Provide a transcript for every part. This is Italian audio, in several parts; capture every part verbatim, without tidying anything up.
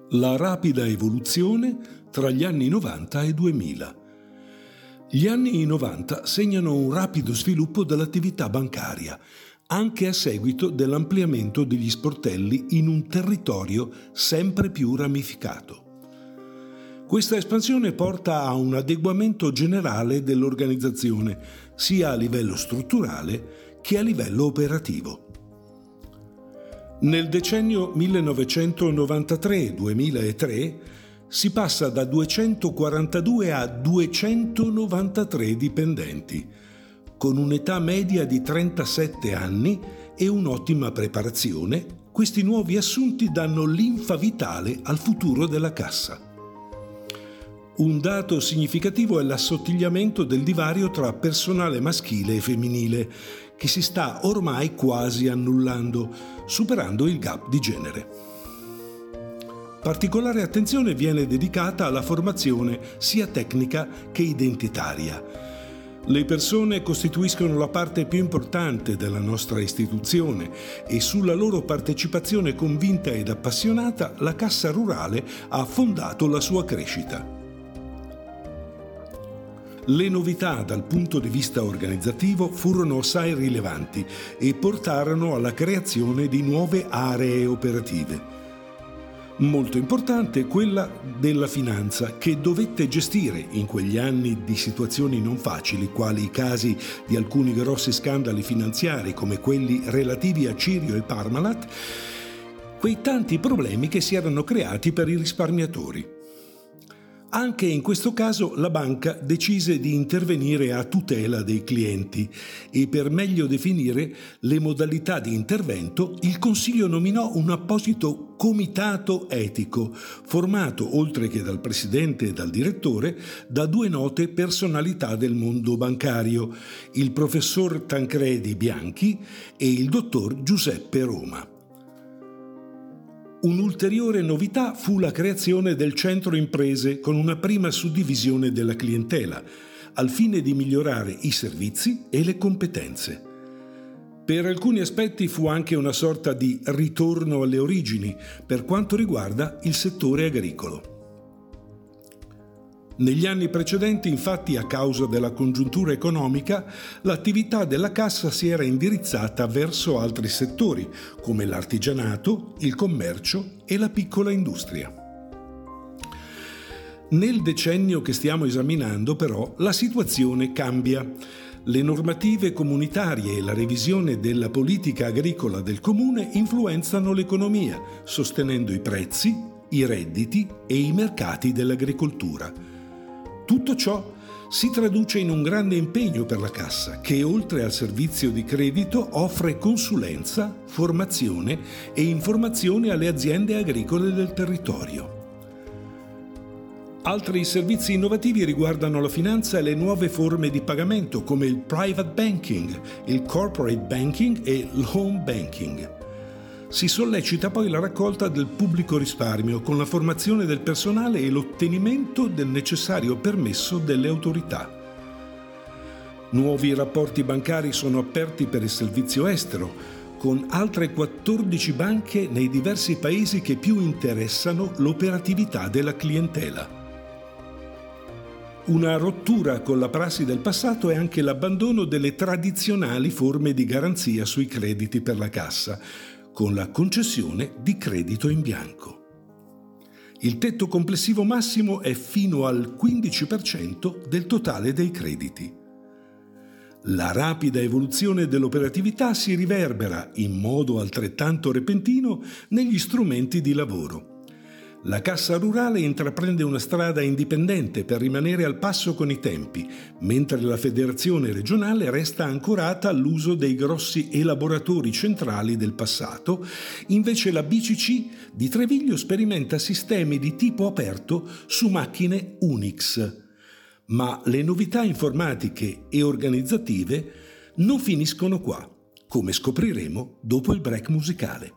La rapida evoluzione tra gli anni novanta e duemila. Gli anni novanta segnano un rapido sviluppo dell'attività bancaria, anche a seguito dell'ampliamento degli sportelli in un territorio sempre più ramificato. Questa espansione porta a un adeguamento generale dell'organizzazione, sia a livello strutturale che a livello operativo. Nel decennio millenovecentonovantatré duemilatré si passa da duecentoquarantadue a duecentonovantatré dipendenti, con un'età media di trentasette anni e un'ottima preparazione. Questi nuovi assunti danno linfa vitale al futuro della cassa. Un dato significativo è l'assottigliamento del divario tra personale maschile e femminile, che si sta ormai quasi annullando, superando il gap di genere. Particolare attenzione viene dedicata alla formazione sia tecnica che identitaria. Le persone costituiscono la parte più importante della nostra istituzione e sulla loro partecipazione convinta ed appassionata la Cassa Rurale ha fondato la sua crescita. Le novità dal punto di vista organizzativo furono assai rilevanti e portarono alla creazione di nuove aree operative. Molto importante è quella della finanza, che dovette gestire in quegli anni di situazioni non facili, quali i casi di alcuni grossi scandali finanziari come quelli relativi a Cirio e Parmalat, quei tanti problemi che si erano creati per i risparmiatori. Anche in questo caso la banca decise di intervenire a tutela dei clienti e per meglio definire le modalità di intervento il Consiglio nominò un apposito comitato etico formato, oltre che dal presidente e dal direttore, da due note personalità del mondo bancario, il professor Tancredi Bianchi e il dottor Giuseppe Roma. Un'ulteriore novità fu la creazione del centro imprese con una prima suddivisione della clientela, al fine di migliorare i servizi e le competenze. Per alcuni aspetti fu anche una sorta di ritorno alle origini per quanto riguarda il settore agricolo. Negli anni precedenti, infatti, a causa della congiuntura economica, l'attività della Cassa si era indirizzata verso altri settori, come l'artigianato, il commercio e la piccola industria. Nel decennio che stiamo esaminando, però, la situazione cambia. Le normative comunitarie e la revisione della politica agricola del comune influenzano l'economia, sostenendo i prezzi, i redditi e i mercati dell'agricoltura. Tutto ciò si traduce in un grande impegno per la Cassa, che oltre al servizio di credito offre consulenza, formazione e informazione alle aziende agricole del territorio. Altri servizi innovativi riguardano la finanza e le nuove forme di pagamento come il private banking, il corporate banking e l'home banking. Si sollecita poi la raccolta del pubblico risparmio con la formazione del personale e l'ottenimento del necessario permesso delle autorità. Nuovi rapporti bancari sono aperti per il servizio estero, con altre quattordici banche nei diversi paesi che più interessano l'operatività della clientela. Una rottura con la prassi del passato è anche l'abbandono delle tradizionali forme di garanzia sui crediti per la Cassa, con la concessione di credito in bianco. Il tetto complessivo massimo è fino al quindici per cento del totale dei crediti. La rapida evoluzione dell'operatività si riverbera in modo altrettanto repentino negli strumenti di lavoro. La Cassa Rurale intraprende una strada indipendente per rimanere al passo con i tempi, mentre la Federazione regionale resta ancorata all'uso dei grossi elaboratori centrali del passato. Invece la B C C di Treviglio sperimenta sistemi di tipo aperto su macchine Unix. Ma le novità informatiche e organizzative non finiscono qua, come scopriremo dopo il break musicale.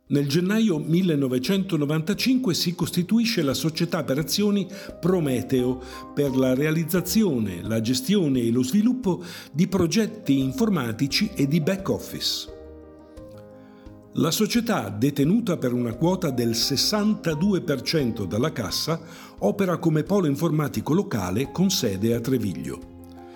Nel gennaio millenovecentonovantacinque si costituisce la società per azioni Prometeo per la realizzazione, la gestione e lo sviluppo di progetti informatici e di back office. La società, detenuta per una quota del sessantadue per cento dalla Cassa, opera come polo informatico locale con sede a Treviglio.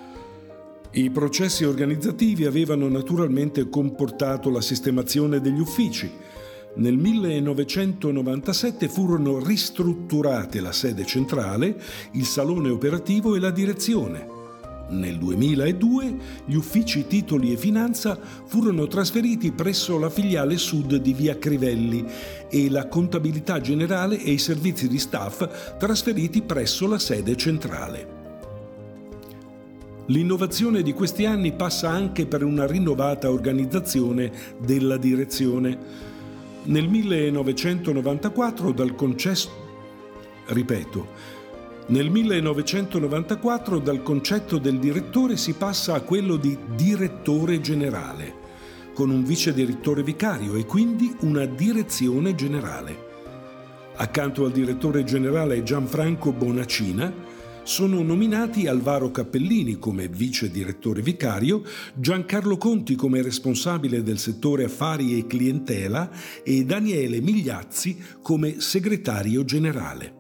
I processi organizzativi avevano naturalmente comportato la sistemazione degli uffici. Nel millenovecentonovantasette furono ristrutturate la sede centrale, il salone operativo e la direzione. Nel duemiladue gli uffici titoli e finanza furono trasferiti presso la filiale sud di via Crivelli e la contabilità generale e i servizi di staff trasferiti presso la sede centrale. L'innovazione di questi anni passa anche per una rinnovata organizzazione della direzione. Nel millenovecentonovantaquattro dal concesso, ripeto, nel millenovecentonovantaquattro dal concetto del direttore si passa a quello di direttore generale, con un vice direttore vicario e quindi una direzione generale. Accanto al direttore generale Gianfranco Bonacina sono nominati Alvaro Cappellini come vice direttore vicario, Giancarlo Conti come responsabile del settore affari e clientela e Daniele Migliazzi come segretario generale.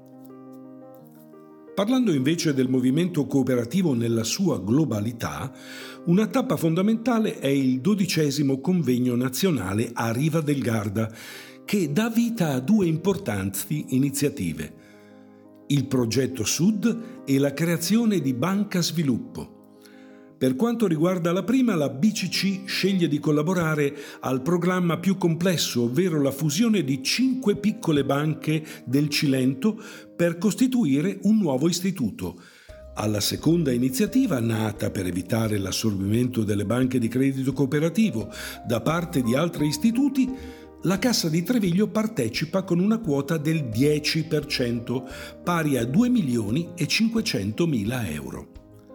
Parlando invece del movimento cooperativo nella sua globalità, una tappa fondamentale è il dodicesimo convegno nazionale a Riva del Garda, che dà vita a due importanti iniziative: il progetto Sud e la creazione di Banca Sviluppo. Per quanto riguarda la prima, la B C C sceglie di collaborare al programma più complesso, ovvero la fusione di cinque piccole banche del Cilento per costituire un nuovo istituto. Alla seconda iniziativa, nata per evitare l'assorbimento delle banche di credito cooperativo da parte di altri istituti, la Cassa di Treviglio partecipa con una quota del dieci per cento, pari a due milioni e cinquecentomila euro.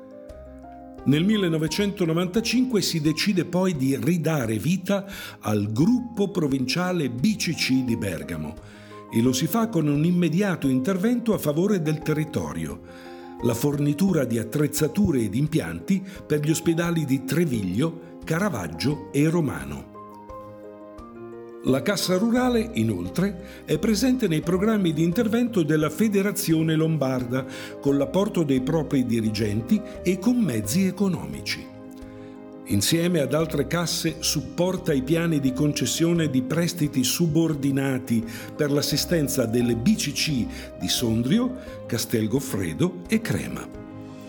Nel millenovecentonovantacinque si decide poi di ridare vita al gruppo provinciale B C C di Bergamo e lo si fa con un immediato intervento a favore del territorio: la fornitura di attrezzature ed impianti per gli ospedali di Treviglio, Caravaggio e Romano. La Cassa Rurale, inoltre, è presente nei programmi di intervento della Federazione Lombarda, con l'apporto dei propri dirigenti e con mezzi economici. Insieme ad altre casse supporta i piani di concessione di prestiti subordinati per l'assistenza delle B C C di Sondrio, Castel Goffredo e Crema.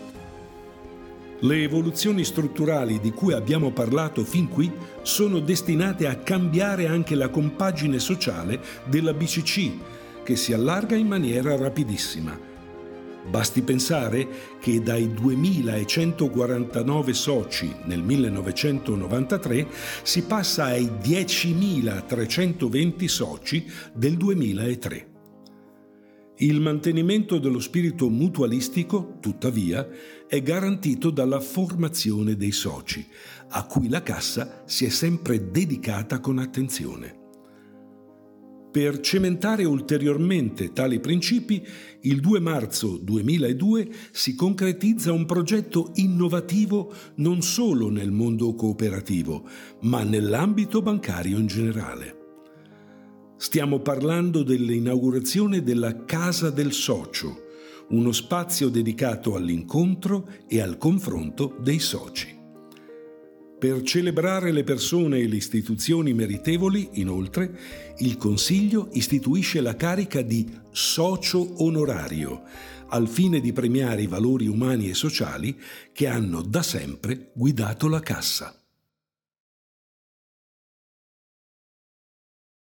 Le evoluzioni strutturali di cui abbiamo parlato fin qui sono destinate a cambiare anche la compagine sociale della B C C, che si allarga in maniera rapidissima. Basti pensare che dai duemilacentoquarantanove soci nel millenovecentonovantatré si passa ai diecimilatrecentoventi soci del duemilatré. Il mantenimento dello spirito mutualistico, tuttavia, è garantito dalla formazione dei soci, a cui la Cassa si è sempre dedicata con attenzione. Per cementare ulteriormente tali principi, il due marzo duemiladue si concretizza un progetto innovativo non solo nel mondo cooperativo, ma nell'ambito bancario in generale. Stiamo parlando dell'inaugurazione della Casa del Socio, uno spazio dedicato all'incontro e al confronto dei soci. Per celebrare le persone e le istituzioni meritevoli, inoltre, il Consiglio istituisce la carica di socio onorario, al fine di premiare i valori umani e sociali che hanno da sempre guidato la Cassa.